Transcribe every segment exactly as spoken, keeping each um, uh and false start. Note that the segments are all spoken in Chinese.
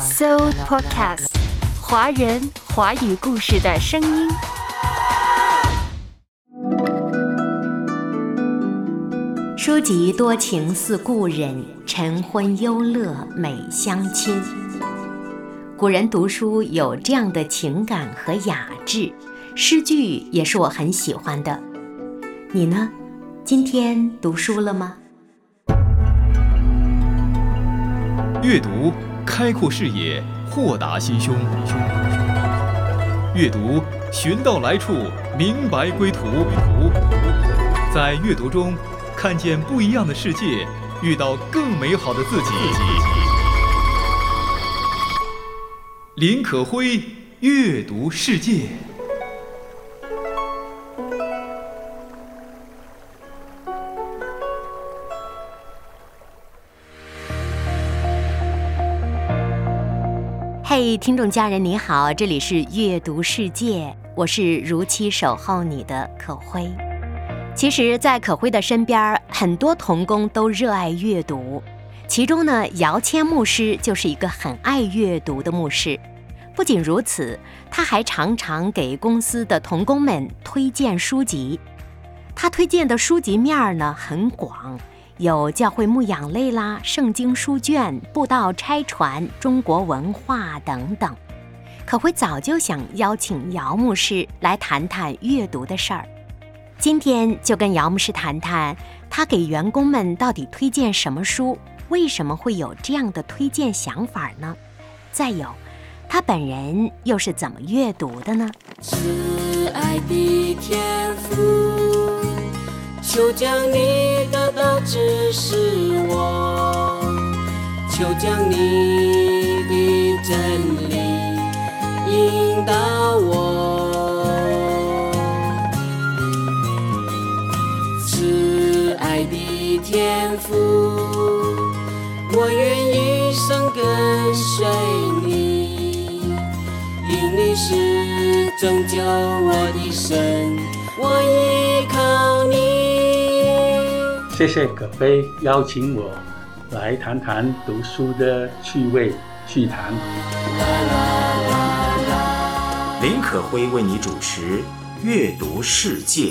So Podcast 华人华语故事的声音。 书籍多情似故人，晨昏忧乐美相亲。古人读书有这样的情感和雅致，诗句也是我很喜欢的。你呢？今天读书了吗？ 阅读开阔视野，豁达心胸。阅读寻到来处，明白归途。在阅读中看见不一样的世界，遇到更美好的自己。林可辉阅读世界。 嘿，听众家人你好，这里是阅读世界，我是如期守候你的可辉。其实在可辉的身边，很多同工都热爱阅读，其中呢，姚谦牧师就是一个很爱阅读的牧师。不仅如此，他还常常给公司的同工们推荐书籍。他推荐的书籍面呢很广，有教会牧养类啦、圣经书卷、布道差传、中国文化等等。可辉早就想邀请姚牧师来谈谈阅读的事儿。今天就跟姚牧师谈谈，他给员工们到底推荐什么书，为什么会有这样的推荐想法呢？再有，他本人又是怎么阅读的呢？ 慈爱的天父，求将你的道指示我，求将你的真理引导我。慈爱的天父，我愿一生跟随你，因你是拯救我的神，我依靠你。 谢谢可辉邀请我来谈谈读书的趣味趣谈。 林可辉为你主持阅读世界。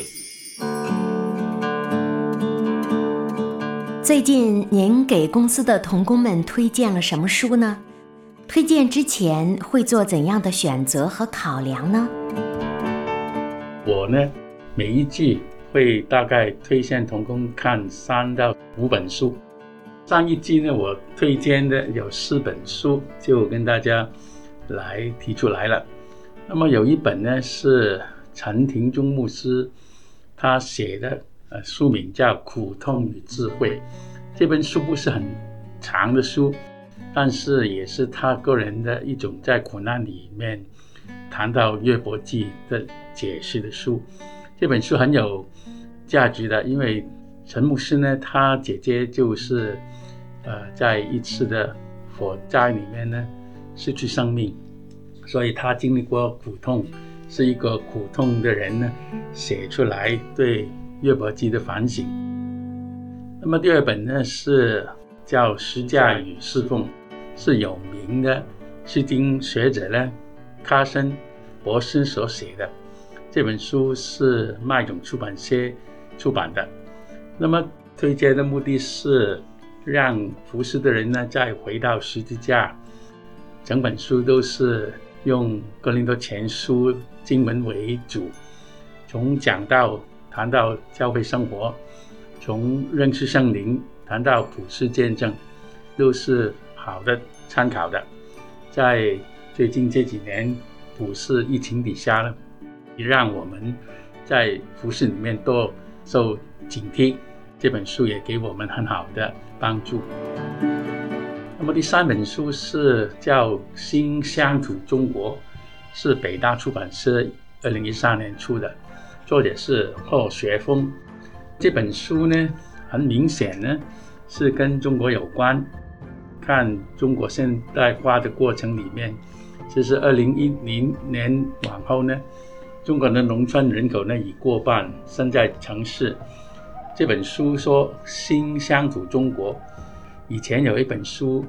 最近您给公司的同工们推荐了什么书呢？推荐之前会做怎样的选择和考量呢？ 我呢，每一季会大概推荐同工看三到五本书。上一季呢，我推荐的有四本书，就跟大家来提出来了。那么有一本呢是陈庭中牧师他写的，呃，书名叫《苦痛与智慧》。这本书不是很长的书，但是也是他个人的一种在苦难里面谈到约伯记的解释的书。这本书很有价值的，因为陈牧师呢，他姐姐就是呃在一次的火灾里面呢失去生命，所以他经历过苦痛，是一个苦痛的人呢写出来对约伯记的反省。那么第二本呢是叫《十架与侍奉》，是有名的诗经学者呢卡森博士所写的。这本书是麦种出版社出版的。那么推荐的目的是让服侍的人呢再回到十字架。整本书都是用哥林多前书经文为主，从讲道谈到教会生活，从认识圣灵谈到普世见证，都是好的参考的。在最近这几年普世疫情底下呢，让我们在服事里面多受警惕，这本书也给我们很好的帮助。那么第三本书是叫《新乡土中国》，是北大出版社二零一三年出的，作者是贺学峰。这本书呢，很明显呢是跟中国有关，看中国现代化的过程里面，其实二零一零年往后呢，中国的农村人口呢已过半生在城市。这本书说新乡土中国，以前有一本书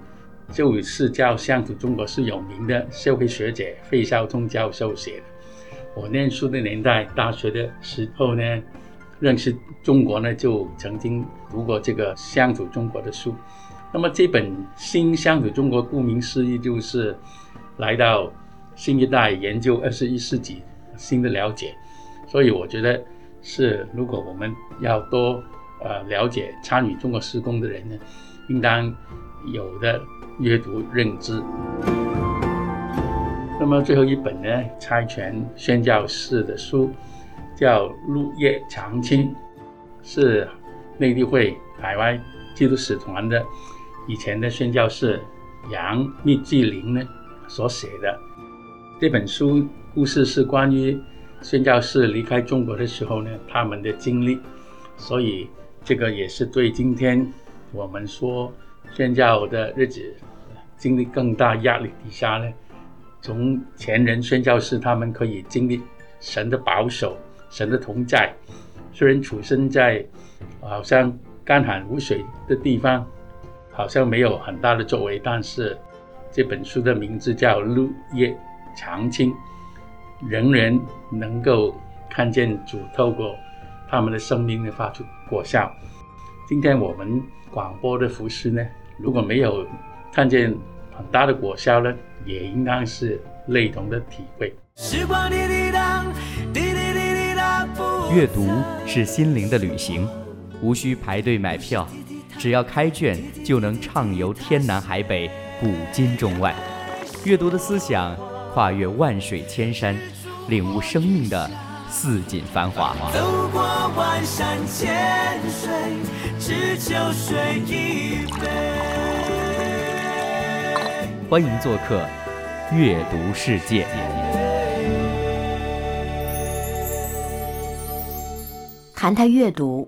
就是叫《乡土中国》，是有名的社会学者费孝通教授写的。我念书的年代，大学的时候呢，认识中国呢，就曾经读过这个《乡土中国》的书。那么这本新乡土中国，顾名思义就是来到新一代研究二十一世纪新的了解，所以我觉得是如果我们要多呃了解参与中国施工的人呢，应当有的阅读认知。那么最后一本呢，差遣宣教士的书叫《陆叶长青》，是内地会海外基督使团的以前的宣教士杨密纪灵呢所写的。这本书故事是关于宣教士离开中国的时候呢，他们的经历，所以这个也是对今天我们说宣教的日子经历更大压力底下呢，从前人宣教士他们可以经历神的保守，神的同在，虽然处身在好像干旱无水的地方，好像没有很大的作为，但是这本书的名字叫《陆叶长青》，仍然能够看见主透过他们的生命发出果效。今天我们广播的服事呢，如果没有看见很大的果效呢，也应当是类同的体会。 阅读是心灵的旅行，无需排队买票，只要开卷就能畅游天南海北，古今中外。阅读的思想跨越万水千山，领悟生命的似锦繁华。 走过万山千水，只求水一杯。 欢迎做客阅读世界。 谈谈阅读，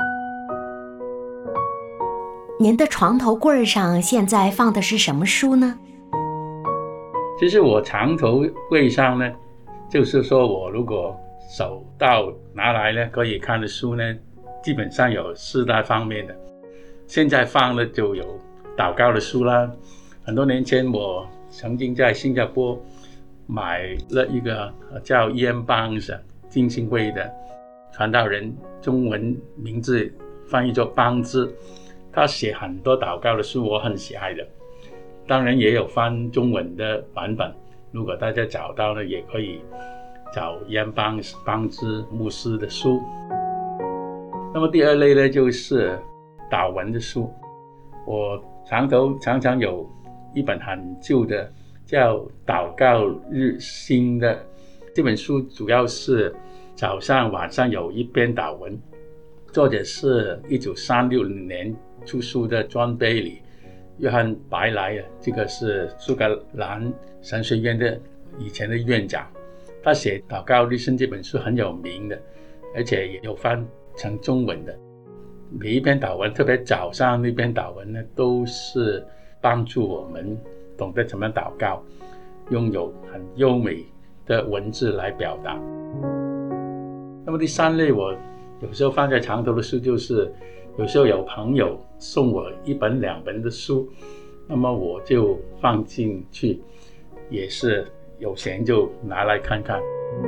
您的床头柜上现在放的是什么书呢？ 其实我床头柜上呢，就是说我如果手到拿来呢可以看的书呢，基本上有四大方面的。现在放的就有祷告的书啦，很多年前我曾经在新加坡买了一个叫 Ian Barnes 浸信会的传道人，中文名字翻译作邦兹，他写很多祷告的书，我很喜爱的。当然也有翻中文的版本，如果大家找到呢，也可以找 Ian Barnes 邦兹牧师的书。那么第二类呢，就是祷文的书。我床头常常有一本很旧的叫《祷告日新》的，这本书主要是早上晚上有一篇祷文，作者是一九三六年出书的 John Bailey 约翰白莱啊，这个是苏格兰神学院的以前的院长，他写《祷告日新》这本书很有名的，而且也有翻成中文的。每一篇祷文，特别早上那篇祷文呢，都是帮助我们懂得怎么祷告，拥有很优美的文字来表达。那么第三类，我有时候放在床头的书，就是有时候有朋友送我一本两本的书，那么我就放进去，也是有闲就拿来看看。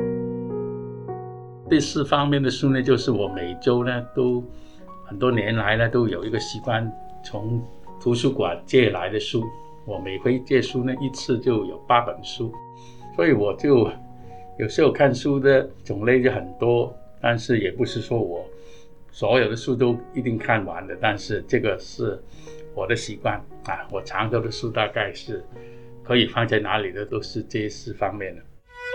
第四方面的书呢，就是我每周呢都很多年来呢都有一个习惯，从图书馆借来的书，我每回借书呢一次就有八本书，所以我就有时候看书的种类就很多，但是也不是说我所有的书都一定看完的，但是这个是我的习惯啊。我床头的书大概是可以放在哪里的，都是这四方面的。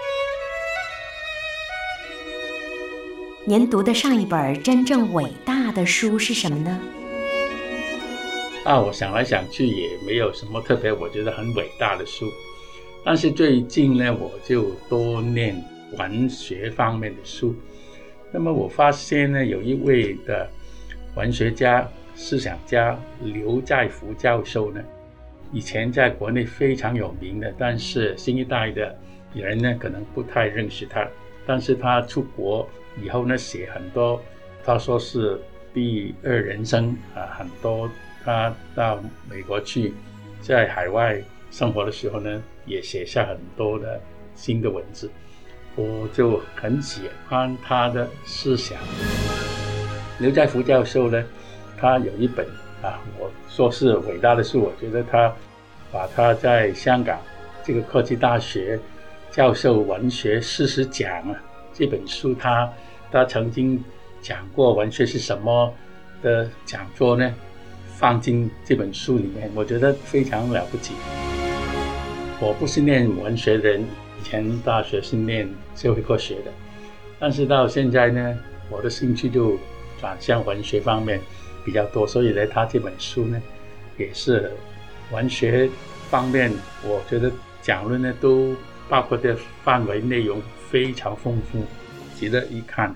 您读的上一本真正伟大的书是什么呢？ 啊，我想来想去也没有什么特别我觉得很伟大的书，但是最近呢，我就多念文学方面的书。那么我发现呢，有一位的文学家、思想家刘在福教授呢，以前在国内非常有名的，但是新一代的人呢，可能不太认识他。但是他出国以后呢，写很多，他说是第二人生啊，很多他到美国去在海外生活的时候呢，也写下很多的新的文字，我就很喜欢他的思想。刘在福教授呢，他有一本啊，我说是伟大的书，我觉得他把他在香港这个科技大学教授文学四十讲啊这本书，他他曾经讲过文学是什么的讲座呢，放进这本书里面，我觉得非常了不起。我不是念文学的人，以前大学是念社会科学的，但是到现在呢，我的兴趣就转向文学方面比较多，所以呢，他这本书呢，也是文学方面，我觉得讲论呢都包括的范围内容非常丰富，值得一看。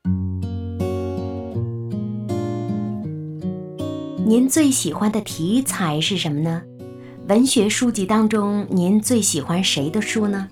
您最喜欢的题材是什么呢？文学书籍当中，您最喜欢谁的书呢？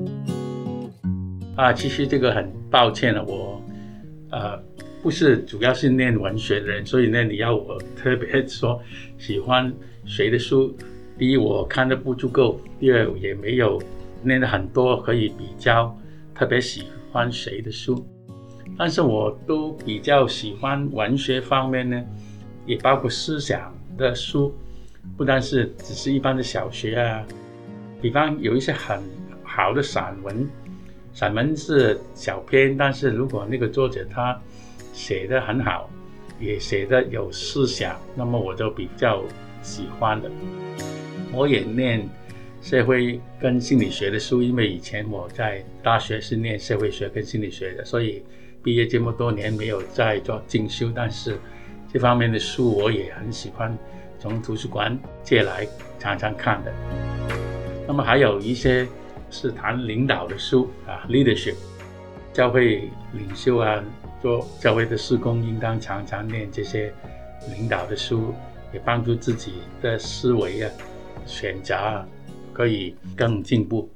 啊，其实这个很抱歉了，我呃不是主要是念文学的人，所以呢，你要我特别说喜欢谁的书，第一我看的不足够，第二也没有念了很多可以比较特别喜欢谁的书，但是我都比较喜欢文学方面呢，也包括思想的书，不单是只是一般的小学啊，比方有一些很好的散文，散文是小篇，但是如果那个作者他写得很好，也写得有思想，那么我就比较喜欢的。我也念社会跟心理学的书，因为以前我在大学是念社会学跟心理学的，所以毕业这么多年没有再做进修，但是这方面的书我也很喜欢从图书馆借来常常看的。那么还有一些是谈领导的书啊 leadership， 教会领袖啊，做教会的事工应当常常念这些领导的书，也帮助自己的思维啊选择啊可以更进步。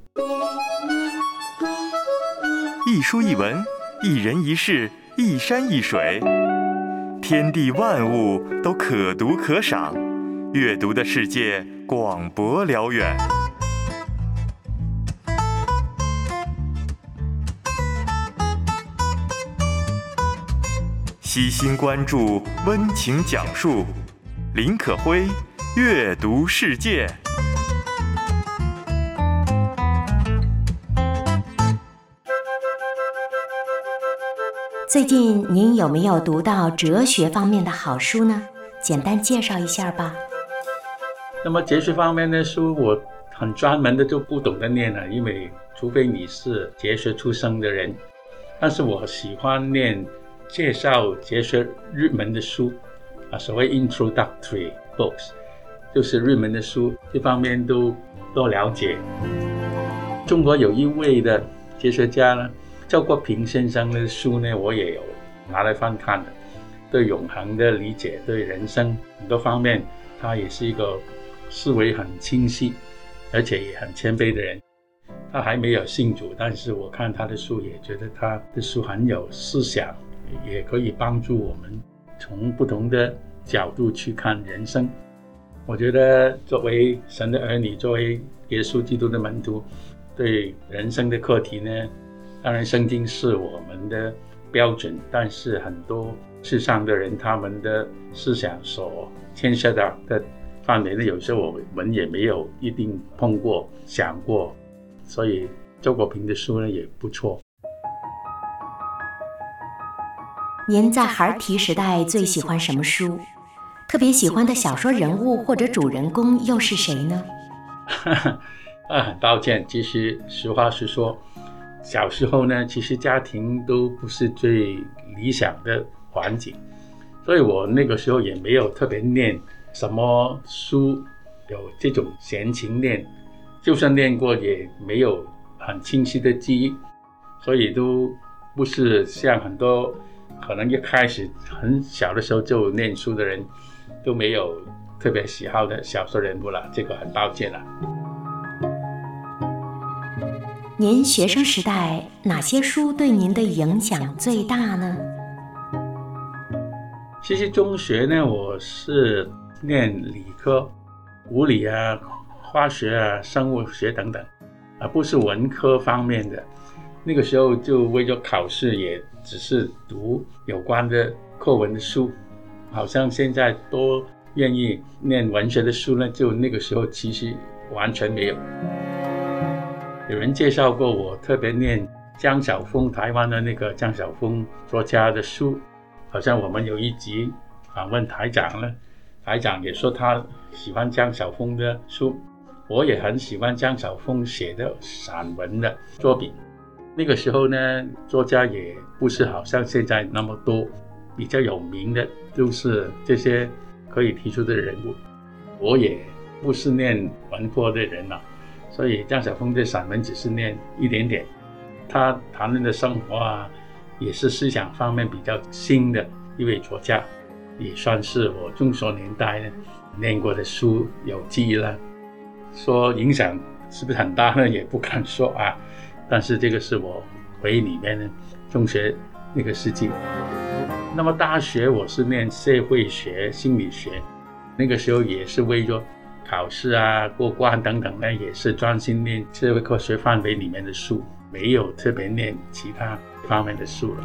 一书一文，一人一事，一山一水，天地万物都可读可赏，阅读的世界广博辽远。悉心关注，温情讲述，林可辉阅读世界。 最近您有没有读到哲学方面的好书呢？简单介绍一下吧。 那么哲学方面的书我很专门的就不懂得念了，因为除非你是哲学出身的人，但是我喜欢念介绍哲学入门的书啊，所谓 introductory books， 就是入门的书，这方面都都了解。中国有一位的哲学家呢，周国平先生的书呢，我也有拿来翻看的，对永恒的理解，对人生很多方面，他也是一个思维很清晰，而且也很谦卑的人。他还没有信主，但是我看他的书也觉得他的书很有思想，也可以帮助我们从不同的角度去看人生。我觉得作为神的儿女，作为耶稣基督的门徒，对人生的课题呢，当然圣经是我们的标准，但是很多世上的人他们的思想所牵涉到的范围呢，有时候我们也没有一定碰过想过，所以周国平的书呢也不错。 您在孩提时代最喜欢什么书？特别喜欢的小说人物或者主人公又是谁呢？ 啊，很抱歉，其实实话实说，小时候呢，其实家庭都不是最理想的环境，所以我那个时候也没有特别念什么书，有这种闲情念，就算念过也没有很清晰的记忆，所以都不是像很多可能一开始很小的时候就念书的人都没有特别喜好的小说人物了，这个很抱歉了。 您学生时代哪些书对您的影响最大呢？ 其实中学呢，我是念理科， 物理啊、化学啊、生物学等等，而不是文科方面的。那个时候就为了考试，也只是读有关的课文的书，好像现在都愿意念文学的书呢，就那个时候其实完全没有。有人介绍过我特别念江晓峰，台湾的那个江晓峰作家的书，好像我们有一集访问台长呢，台长也说他喜欢江晓峰的书，我也很喜欢江晓峰写的散文的作品。那个时候呢，作家也不是好像现在那么多，比较有名的就是这些可以提出的人物。我也不是念文科的人啊，所以江晓峰的散文只是念一点点。他谈论的生活啊，也是思想方面比较新的一位作家，也算是我中学年代呢念过的书有记忆了。说影响是不是很大呢？也不敢说啊。但是这个是我回忆里面呢，中学那个时期。那么大学我是念社会学、心理学，那个时候也是为了考试啊、过关等等呢，也是专心念社会科学范围里面的书，没有特别念其他方面的书了。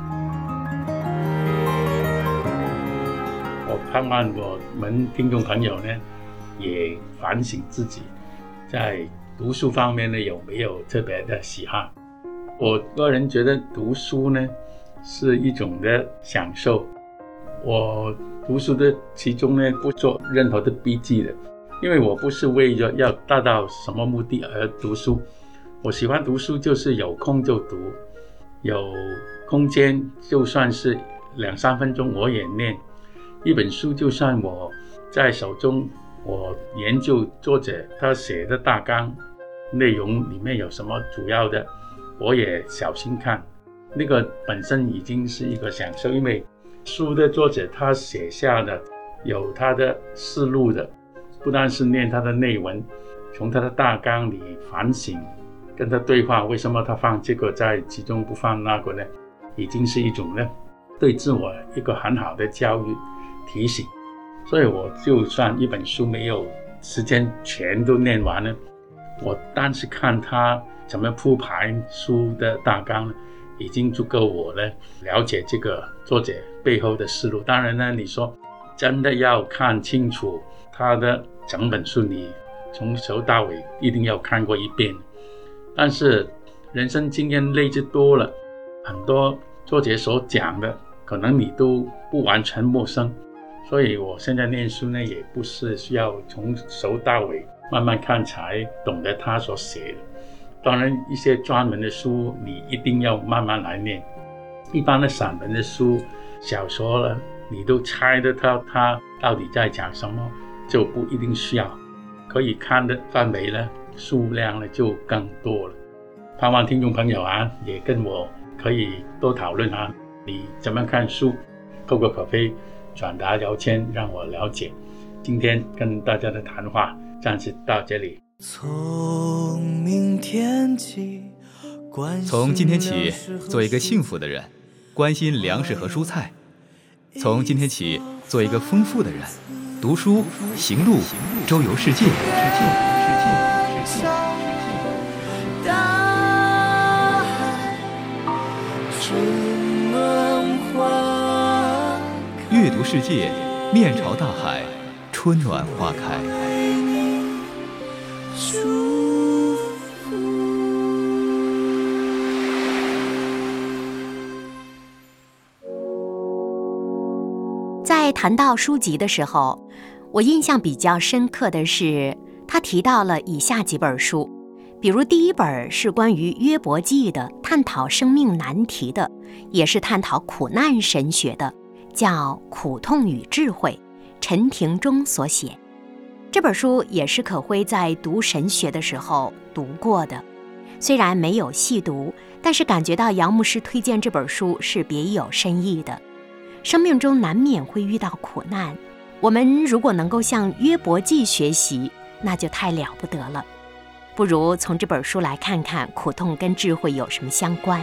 我盼望我们听众朋友呢，也反省自己在读书方面呢有没有特别的喜好。我个人觉得读书呢是一种的享受。我读书的其中呢不做任何的笔记的，因为我不是为了要达到什么目的而读书。我喜欢读书就是有空就读，有空间就算是两三分钟我也念一本书。就算我在手中，我研究作者他写的大纲内容里面有什么主要的，我也小心看，那个本身已经是一个享受。因为书的作者他写下的有他的思路的，不但是念他的内文，从他的大纲里反省，跟他对话，为什么他放这个在其中不放那个呢？已经是一种呢对自我一个很好的教育提醒。所以我就算一本书没有时间全都念完了，我单是看他怎么铺排书的大纲，已经足够我呢了解这个作者背后的思路。当然呢，你说真的要看清楚他的整本书，你从头到尾一定要看过一遍。但是人生经验累积多了，很多作者所讲的可能你都不完全陌生。所以我现在念书呢，也不是需要从头到尾慢慢看才懂得他所写的。当然一些专门的书你一定要慢慢来念，一般的散文的书、小说了，你都猜得到他到底在讲什么，就不一定需要。可以看的范围呢，数量呢就更多了。盼望听众朋友啊，也跟我可以多讨论啊，你怎么看书，透过可飞转达聊天让我了解。今天跟大家的谈话暂时到这里。 从明天起， 从今天起，做一个幸福的人，关心粮食和蔬菜。从今天起，做一个丰富的人，读书、行路、周游世界。 大海春暖花开， 阅读世界，面朝大海，春暖花开。 祝福。 在谈到书籍的时候，我印象比较深刻的是他提到了以下几本书。比如第一本是关于约伯记的，探讨生命难题的，也是探讨苦难神学的，叫《苦痛与智慧》，陈庭忠所写。这本书也是可辉在读神学的时候读过的，虽然没有细读，但是感觉到杨牧师推荐这本书是别有深意的。生命中难免会遇到苦难，我们如果能够向约伯记学习，那就太了不得了。不如从这本书来看看苦痛跟智慧有什么相关。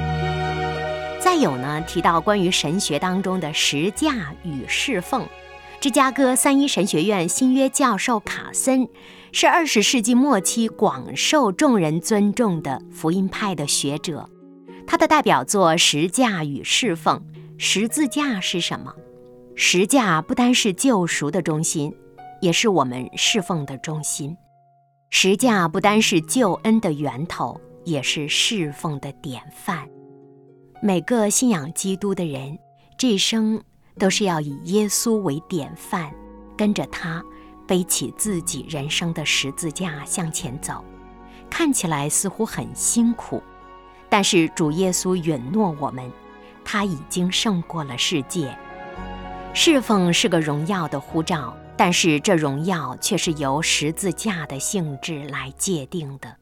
再有呢，提到关于神学当中的十架与侍奉， 芝加哥三一神学院新约教授卡森是二十世纪末期广受众人尊重的福音派的学者。他的代表作《十架与侍奉》。十字架是什么？十架不单是救赎的中心，也是我们侍奉的中心。十架不单是救恩的源头，也是侍奉的典范。每个信仰基督的人，这一生都是要以耶稣为典范，跟着他背起自己人生的十字架向前走。看起来似乎很辛苦，但是主耶稣允诺我们，他已经胜过了世界。侍奉是个荣耀的呼召，但是这荣耀却是由十字架的性质来界定的。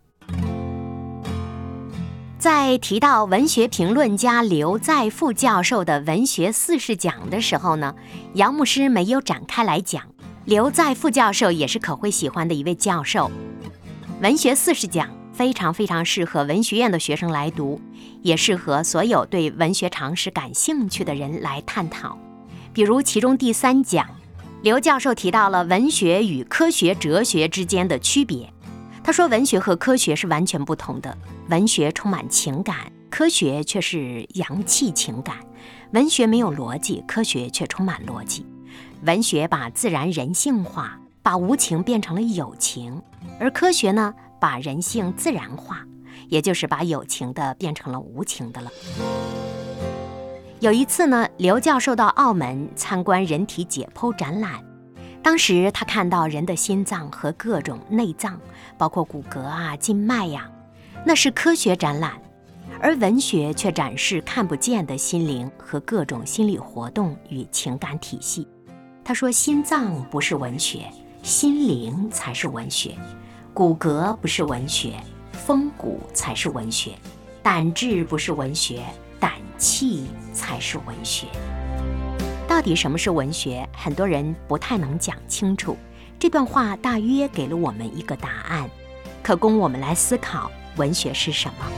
在提到文学评论家刘在富教授的文学四十讲的时候呢，杨牧师没有展开来讲。刘在富教授也是可会喜欢的一位教授。文学四十讲非常非常适合文学院的学生来读，也适合所有对文学常识感兴趣的人来探讨。比如其中第三讲，刘教授提到了文学与科学哲学之间的区别。他说文学和科学是完全不同的，文学充满情感，科学却是阳气情感。文学没有逻辑，科学却充满逻辑。文学把自然人性化，把无情变成了有情，而科学呢，把人性自然化，也就是把有情的变成了无情的了。有一次呢，刘教授到澳门参观人体解剖展览，当时他看到人的心脏和各种内脏，包括骨骼啊、筋脉呀、啊，那是科学展览，而文学却展示看不见的心灵和各种心理活动与情感体系。他说，心脏不是文学，心灵才是文学；骨骼不是文学，风骨才是文学；胆志不是文学，胆气才是文学。到底什么是文学？很多人不太能讲清楚。这段话大约给了我们一个答案，可供我们来思考文学是什么。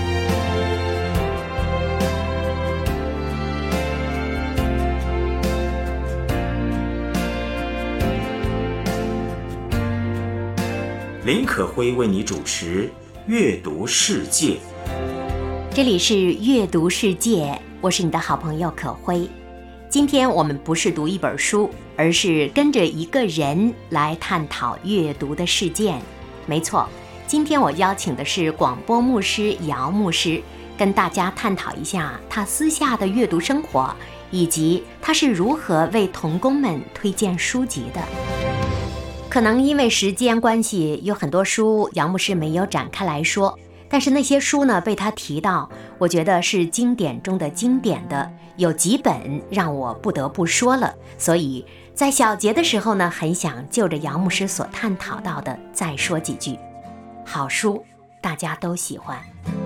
林可辉为你主持《阅读世界》。 这里是阅读世界，我是你的好朋友可辉。今天我们不是读一本书，而是跟着一个人来探讨阅读的事件。没错，今天我邀请的是广播牧师姚牧师，跟大家探讨一下他私下的阅读生活，以及他是如何为同工们推荐书籍的。可能因为时间关系，有很多书姚牧师没有展开来说，但是那些书呢被他提到，我觉得是经典中的经典的，有几本让我不得不说了。所以在小节的时候呢，很想就着姚牧师所探讨到的再说几句。好书大家都喜欢。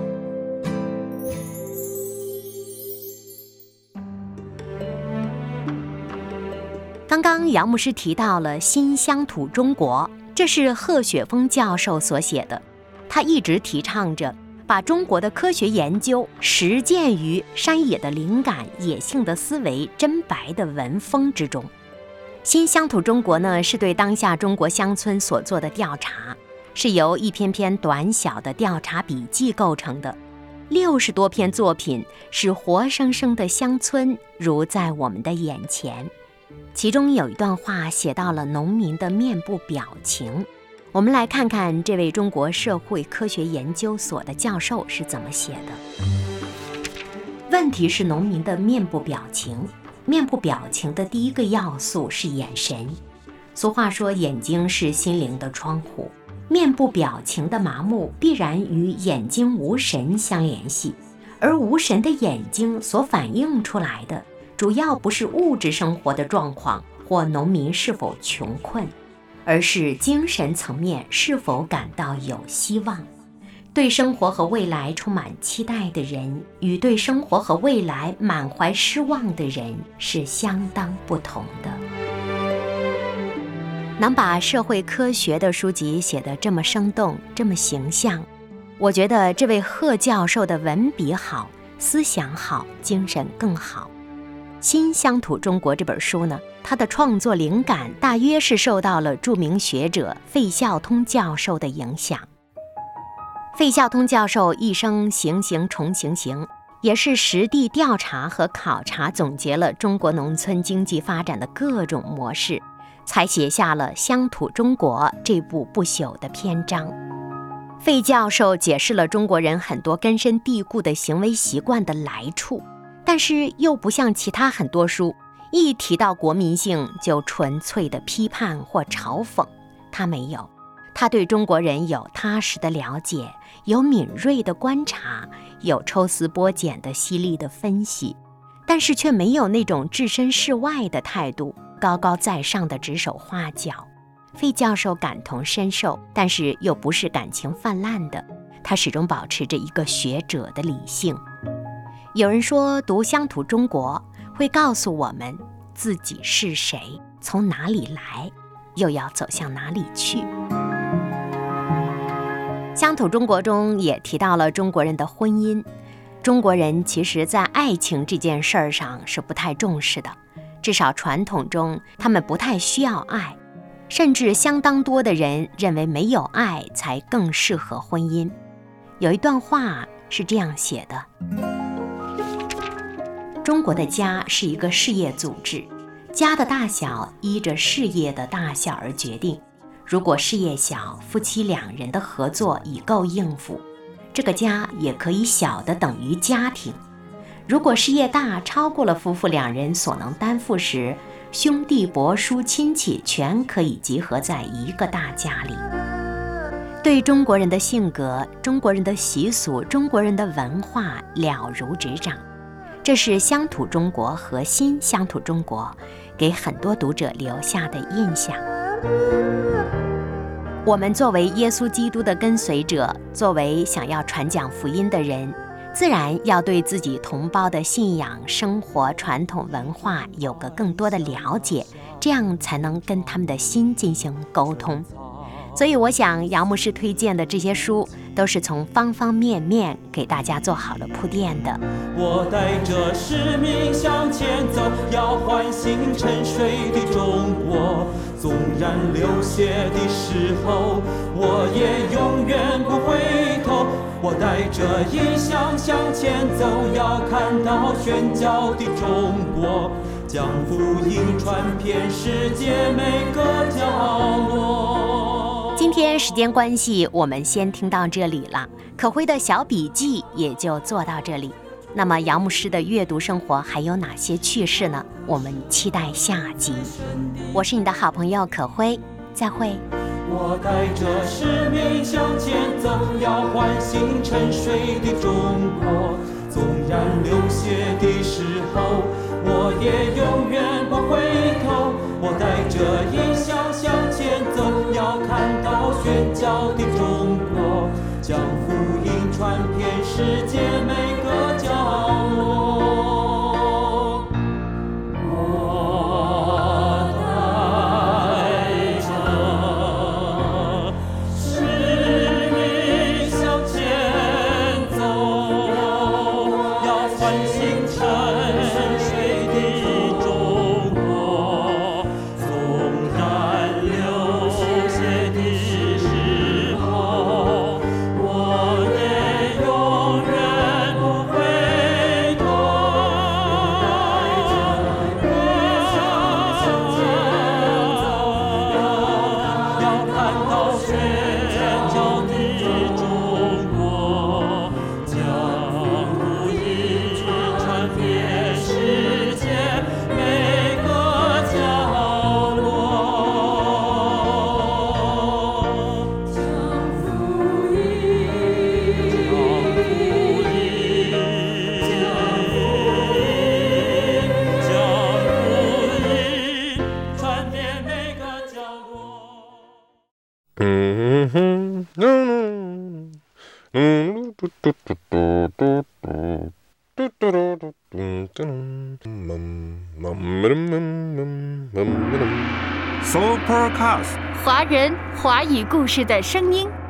刚刚姚牧师提到了《新乡土中国》，这是贺雪峰教授所写的。他一直提倡着把中国的科学研究实践于山野的灵感、野性的思维、真白的文风之中。《新乡土中国》呢，是对当下中国乡村所做的调查，是由一篇篇短小的调查笔记构成的。六十多篇作品，使活生生的乡村如在我们的眼前。其中有一段话写到了农民的面部表情，我们来看看这位中国社会科学研究所的教授是怎么写的。问题是农民的面部表情，面部表情的第一个要素是眼神。俗话说，眼睛是心灵的窗户，面部表情的麻木必然与眼睛无神相联系，而无神的眼睛所反映出来的主要不是物质生活的状况或农民是否穷困，而是精神层面是否感到有希望。对生活和未来充满期待的人，与对生活和未来满怀失望的人是相当不同的。能把社会科学的书籍写得这么生动，这么形象，我觉得这位贺教授的文笔好，思想好，精神更好。 新乡土中国》这本书呢，它的创作灵感大约是受到了著名学者费孝通教授的影响。费孝通教授一生行行重行行，也是实地调查和考察总结了中国农村经济发展的各种模式，才写下了《乡土中国》这部不朽的篇章。费教授解释了中国人很多根深蒂固的行为习惯的来处，但是又不像其他很多书，一提到国民性就纯粹的批判或嘲讽。他没有，他对中国人有踏实的了解，有敏锐的观察，有抽丝剥茧的犀利的分析，但是却没有那种置身事外的态度，高高在上的指手画脚。费教授感同身受，但是又不是感情泛滥的，他始终保持着一个学者的理性。有人说读《乡土中国》会告诉我们自己是谁，从哪里来，又要走向哪里去。《乡土中国》中也提到了中国人的婚姻。中国人其实在爱情这件事儿上是不太重视的，至少传统中他们不太需要爱，甚至相当多的人认为没有爱才更适合婚姻。有一段话是这样写的：中国的家是一个事业组织，家的大小依着事业的大小而决定。如果事业小，夫妻两人的合作已够应付，这个家也可以小的等于家庭。如果事业大，超过了夫妇两人所能担负时，兄弟伯叔亲戚全可以集合在一个大家里。对中国人的性格、中国人的习俗、中国人的文化了如指掌，这是《乡土中国》和《新乡土中国》给很多读者留下的印象。我们作为耶稣基督的跟随者，作为想要传讲福音的人，自然要对自己同胞的信仰、生活、传统文化有个更多的了解，这样才能跟他们的心进行沟通。所以我想姚牧师推荐的这些书都是从方方面面给大家做好了铺垫的。 我带着使命向前走，要唤醒沉睡的中国。纵然流血的时候，我也永远不回头。我带着异象向前走，要看到宣教的中国，将福音传遍世界每个角落。 今天时间关系，我们先听到这里了，可辉的小笔记也就做到这里。那么姚牧师的阅读生活还有哪些趣事呢？我们期待下集。我是你的好朋友可辉，再会。 我带着使命向前走，要唤醒沉睡的中国。纵然流血的时候，我也永远不回头。我带着异象向前走，要看到宣教的中国，将福音传遍世界每个角落。 华人华语故事的声音。